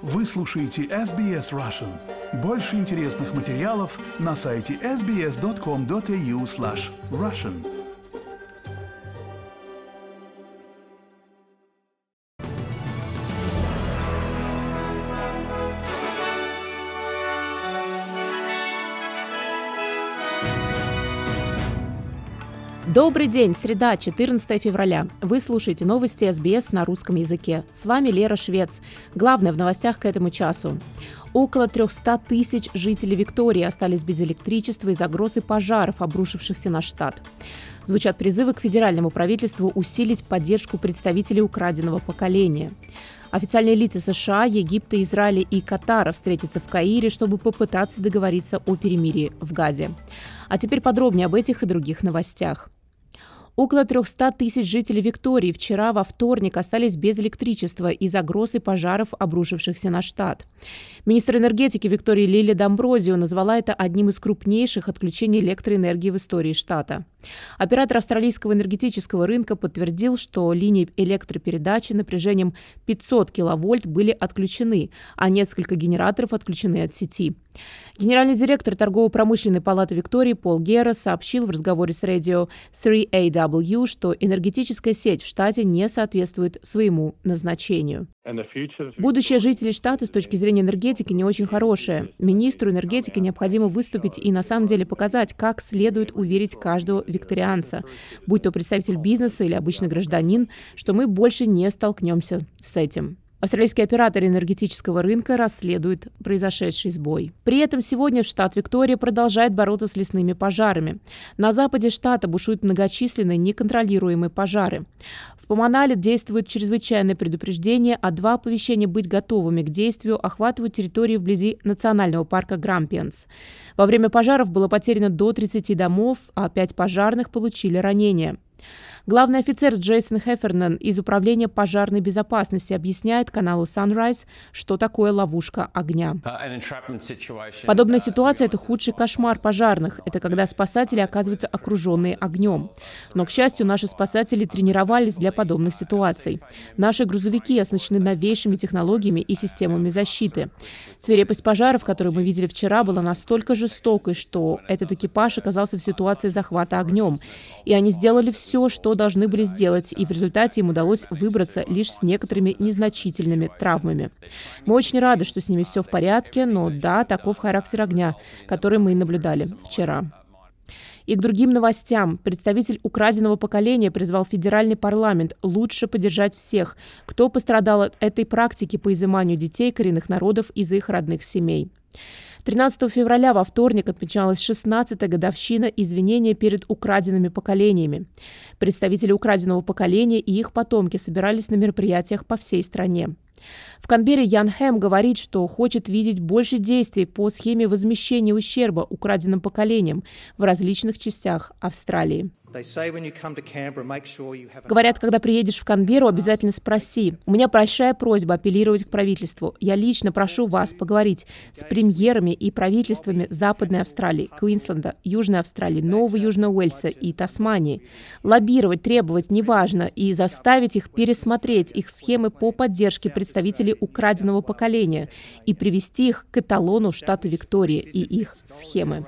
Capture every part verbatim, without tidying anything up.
Вы слушаете эс би эс Russian. Больше интересных материалов на сайте эс би эс точка ком точка эй ю слэш Russian. Добрый день, среда, четырнадцатое февраля. Вы слушаете новости эс би эс на русском языке. С вами Лера Швец. Главное в новостях к этому часу. Около триста тысяч жителей Виктории остались без электричества из-за гроз и пожаров, обрушившихся на штат. Звучат призывы к федеральному правительству усилить поддержку представителей украденного поколения. Официальные лица США, Египта, Израиля и Катара встретятся в Каире, чтобы попытаться договориться о перемирии в Газе. А теперь подробнее об этих и других новостях. Около триста тысяч жителей Виктории вчера, во вторник, остались без электричества из-за гроз и пожаров, обрушившихся на штат. Министр энергетики Виктории Лили Дамброзио назвала это одним из крупнейших отключений электроэнергии в истории штата. Оператор австралийского энергетического рынка подтвердил, что линии электропередачи напряжением пятьсот киловольт были отключены, а несколько генераторов отключены от сети. Генеральный директор торгово-промышленной палаты Виктории Пол Гера сообщил в разговоре с радио три эй дабл ю, что энергетическая сеть в штате не соответствует своему назначению. Будущее жителей штата с точки зрения энергетики не очень хорошее. Министру энергетики необходимо выступить и на самом деле показать, как следует уверить каждого викторианца, будь то представитель бизнеса или обычный гражданин, что мы больше не столкнемся с этим. Австралийский оператор энергетического рынка расследует произошедший сбой. При этом сегодня штат Виктория продолжает бороться с лесными пожарами. На западе штата бушуют многочисленные неконтролируемые пожары. В Поманале действует чрезвычайное предупреждение, а два оповещения быть готовыми к действию охватывают территории вблизи национального парка Грампианс. Во время пожаров было потеряно до тридцати домов, а пять пожарных получили ранения. Главный офицер Джейсон Хеффернан из Управления пожарной безопасности объясняет каналу Sunrise, что такое ловушка огня. Подобная ситуация – это худший кошмар пожарных. Это когда спасатели оказываются окруженные огнем. Но, к счастью, наши спасатели тренировались для подобных ситуаций. Наши грузовики оснащены новейшими технологиями и системами защиты. Свирепость пожаров, которую мы видели вчера, была настолько жестокой, что этот экипаж оказался в ситуации захвата огнем. И они сделали все, что должны были сделать, и в результате им удалось выбраться лишь с некоторыми незначительными травмами. Мы очень рады, что с ними все в порядке, но да, таков характер огня, который мы наблюдали вчера. И к другим новостям. Представитель украденного поколения призвал федеральный парламент лучше поддержать всех, кто пострадал от этой практики по изыманию детей коренных народов из их родных семей. тринадцатого февраля во вторник отмечалась шестнадцатая годовщина извинения перед украденными поколениями. Представители украденного поколения и их потомки собирались на мероприятиях по всей стране. В Канберре Ян Хэм говорит, что хочет видеть больше действий по схеме возмещения ущерба украденным поколениям в различных частях Австралии. Говорят, когда приедешь в Канберру, обязательно спроси. У меня большая просьба апеллировать к правительству. Я лично прошу вас поговорить с премьерами и правительствами Западной Австралии, Квинсленда, Южной Австралии, Нового Южного Уэльса и Тасмании. Лоббировать, требовать неважно и заставить их пересмотреть их схемы по поддержке представителей украденного поколения и привести их к эталону штата Виктория и их схемы.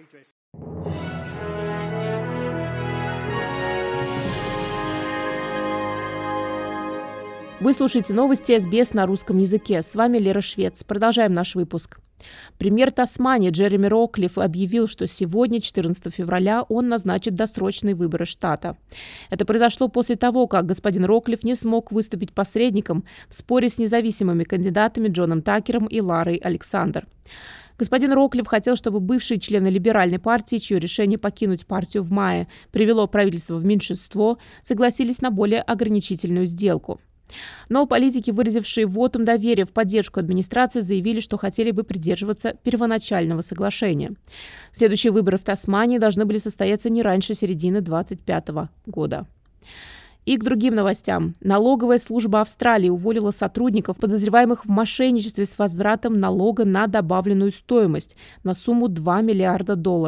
Вы слушаете новости эс би эс на русском языке. С вами Лера Швец. Продолжаем наш выпуск. Премьер Тасмании Джереми Роклифф объявил, что сегодня, четырнадцатого февраля, он назначит досрочные выборы штата. Это произошло после того, как господин Роклифф не смог выступить посредником в споре с независимыми кандидатами Джоном Такером и Ларой Александр. Господин Роклифф хотел, чтобы бывшие члены либеральной партии, чье решение покинуть партию в мае привело правительство в меньшинство, согласились на более ограничительную сделку. Но политики, выразившие вотум доверия в поддержку администрации, заявили, что хотели бы придерживаться первоначального соглашения. Следующие выборы в Тасмании должны были состояться не раньше середины две тысячи двадцать пятого года. И к другим новостям. Налоговая служба Австралии уволила сотрудников, подозреваемых в мошенничестве с возвратом налога на добавленную стоимость на сумму два миллиарда долларов.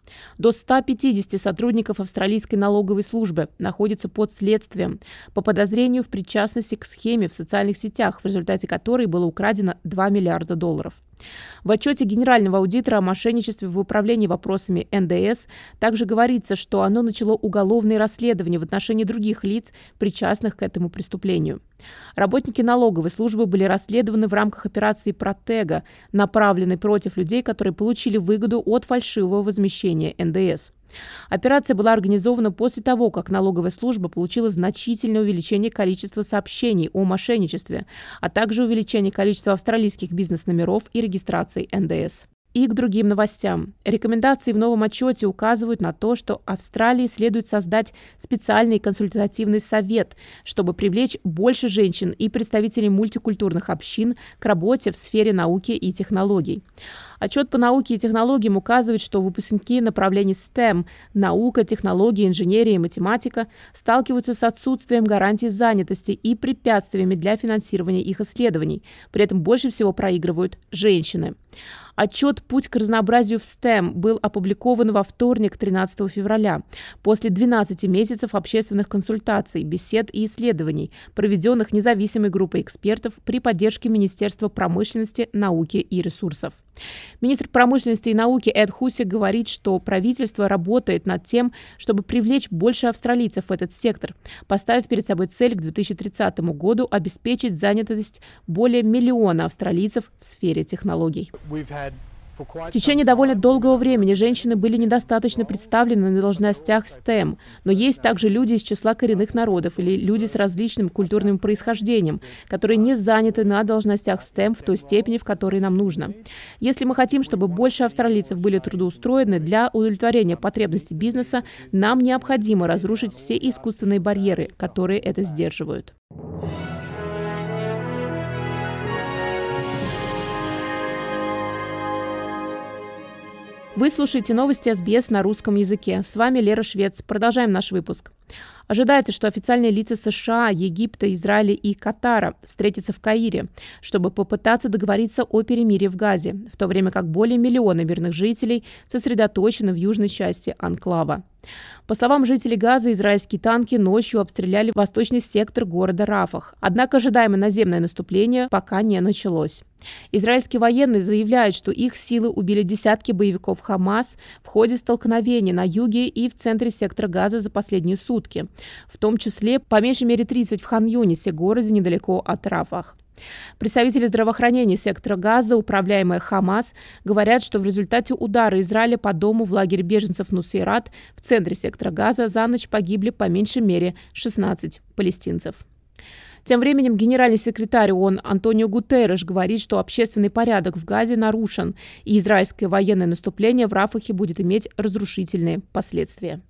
До ста пятидесяти сотрудников австралийской налоговой службы находятся под следствием по подозрению в причастности к схеме в социальных сетях, в результате которой было украдено два миллиарда долларов. В отчете генерального аудитора о мошенничестве в управлении вопросами эн дэ эс также говорится, что оно начало уголовные расследования в отношении других лиц, причастных к этому преступлению. Работники налоговой службы были расследованы в рамках операции «Протега», направленной против людей, которые получили выгоду от фальшивого возмещения эн дэ эс. Операция была организована после того, как налоговая служба получила значительное увеличение количества сообщений о мошенничестве, а также увеличение количества австралийских бизнес-номеров и регистраций эн дэ эс. И к другим новостям. Рекомендации в новом отчете указывают на то, что Австралии следует создать специальный консультативный совет, чтобы привлечь больше женщин и представителей мультикультурных общин к работе в сфере науки и технологий. Отчет по науке и технологиям указывает, что выпускники направлений стэм – наука, технология, инженерия и математика – сталкиваются с отсутствием гарантий занятости и препятствиями для финансирования их исследований. При этом больше всего проигрывают женщины. Отчет «Путь к разнообразию в стэм» был опубликован во вторник, тринадцатого февраля, после двенадцати месяцев общественных консультаций, бесед и исследований, проведенных независимой группой экспертов при поддержке Министерства промышленности, науки и ресурсов. Министр промышленности и науки Эд Хусик говорит, что правительство работает над тем, чтобы привлечь больше австралийцев в этот сектор, поставив перед собой цель к две тысячи тридцатому году обеспечить занятость более миллиона австралийцев в сфере технологий. В течение довольно долгого времени женщины были недостаточно представлены на должностях стэм, но есть также люди из числа коренных народов или люди с различным культурным происхождением, которые не заняты на должностях стэм в той степени, в которой нам нужно. Если мы хотим, чтобы больше австралийцев были трудоустроены для удовлетворения потребностей бизнеса, нам необходимо разрушить все искусственные барьеры, которые это сдерживают. Вы слушаете новости эс би эс на русском языке. С вами Лера Швец. Продолжаем наш выпуск. Ожидается, что официальные лица США, Египта, Израиля и Катара встретятся в Каире, чтобы попытаться договориться о перемирии в Газе, в то время как более миллиона мирных жителей сосредоточены в южной части анклава. По словам жителей Газа, израильские танки ночью обстреляли восточный сектор города Рафах. Однако ожидаемое наземное наступление пока не началось. Израильские военные заявляют, что их силы убили десятки боевиков Хамас в ходе столкновений на юге и в центре сектора Газа за последние сутки, в том числе по меньшей мере тридцать в Хан-Юнисе, городе недалеко от Рафах. Представители здравоохранения сектора Газа, управляемые Хамас, говорят, что в результате удара Израиля по дому в лагере беженцев Нусейрат в центре сектора Газа за ночь погибли по меньшей мере шестнадцать палестинцев. Тем временем генеральный секретарь ООН Антонио Гутерреш говорит, что общественный порядок в Газе нарушен, и израильское военное наступление в Рафахе будет иметь разрушительные последствия.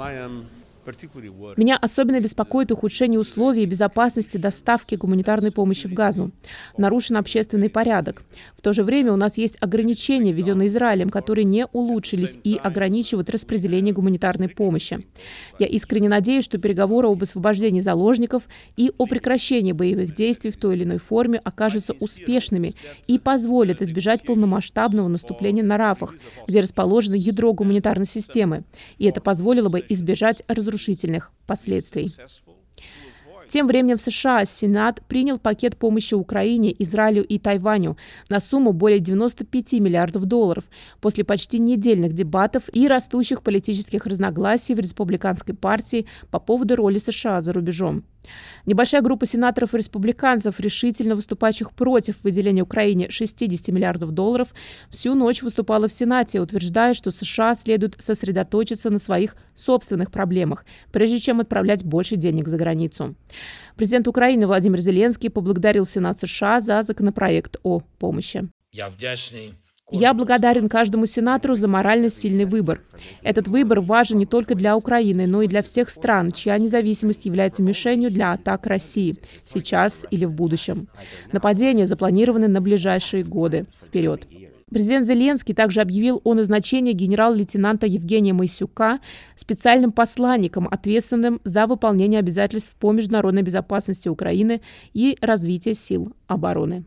Меня особенно беспокоит ухудшение условий и безопасности доставки гуманитарной помощи в Газу. Нарушен общественный порядок. В то же время у нас есть ограничения, введенные Израилем, которые не улучшились и ограничивают распределение гуманитарной помощи. Я искренне надеюсь, что переговоры об освобождении заложников и о прекращении боевых действий в той или иной форме окажутся успешными и позволят избежать полномасштабного наступления на Рафах, где расположено ядро гуманитарной системы. И это позволило бы избежать разрушительных разрушительных последствий. Тем временем в США Сенат принял пакет помощи Украине, Израилю и Тайваню на сумму более девяноста пяти миллиардов долларов после почти недельных дебатов и растущих политических разногласий в республиканской партии по поводу роли США за рубежом. Небольшая группа сенаторов и республиканцев, решительно выступающих против выделения Украине шестидесяти миллиардов долларов, всю ночь выступала в Сенате, утверждая, что США следует сосредоточиться на своих собственных проблемах, прежде чем отправлять больше денег за границу. Президент Украины Владимир Зеленский поблагодарил Сенат США за законопроект о помощи. Я вдячный. Я благодарен каждому сенатору за морально сильный выбор. Этот выбор важен не только для Украины, но и для всех стран, чья независимость является мишенью для атак России, сейчас или в будущем. Нападения запланированы на ближайшие годы вперед. Президент Зеленский также объявил о назначении генерал-лейтенанта Евгения Моисюка специальным посланником, ответственным за выполнение обязательств по международной безопасности Украины и развитие сил обороны.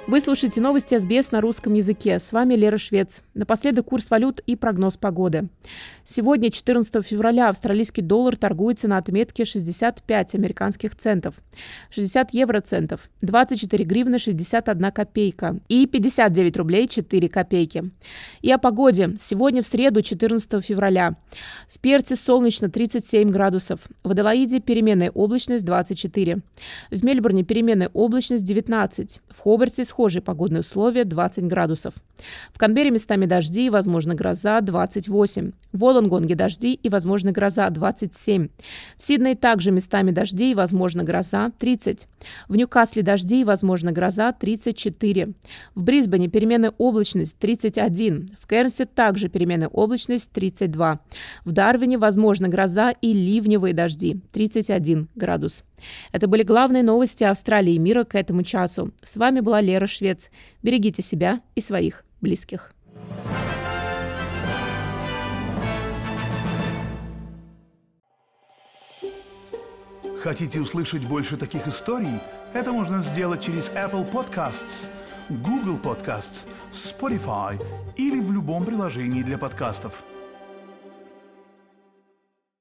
Вы слушаете новости эс би эс на русском языке. С вами Лера Швец. Напоследок курс валют и прогноз погоды. Сегодня, четырнадцатого февраля, австралийский доллар торгуется на отметке шестьдесят пять американских центов, шестьдесят евроцентов, двадцать четыре гривны шестьдесят одна копейка и пятьдесят девять рублей четыре копейки. И о погоде. Сегодня в среду, четырнадцатого февраля. В Перте солнечно тридцать семь градусов. В Аделаиде переменная облачность двадцать четыре. В Мельбурне переменная облачность девятнадцать. В Хобарте схожие погодные условия двадцать градусов. В Канберре местами дожди и, возможно, гроза двадцать восемь. В Волонгонге дожди и, возможно, гроза двадцать семь. В Сиднее также местами дожди и, возможно, гроза тридцать. В Ньюкасле дожди и, возможно, гроза тридцать четыре. В Брисбене переменная облачность тридцать один. В Кернсе также переменная облачность тридцать два. В Дарвине, возможно, гроза и ливневые дожди тридцать один градус. Это были главные новости Австралии и мира к этому часу. С вами была Лера Швец. Берегите себя и своих близких. Хотите услышать больше таких историй? Это можно сделать через Apple Podcasts, Google Podcasts, Spotify или в любом приложении для подкастов.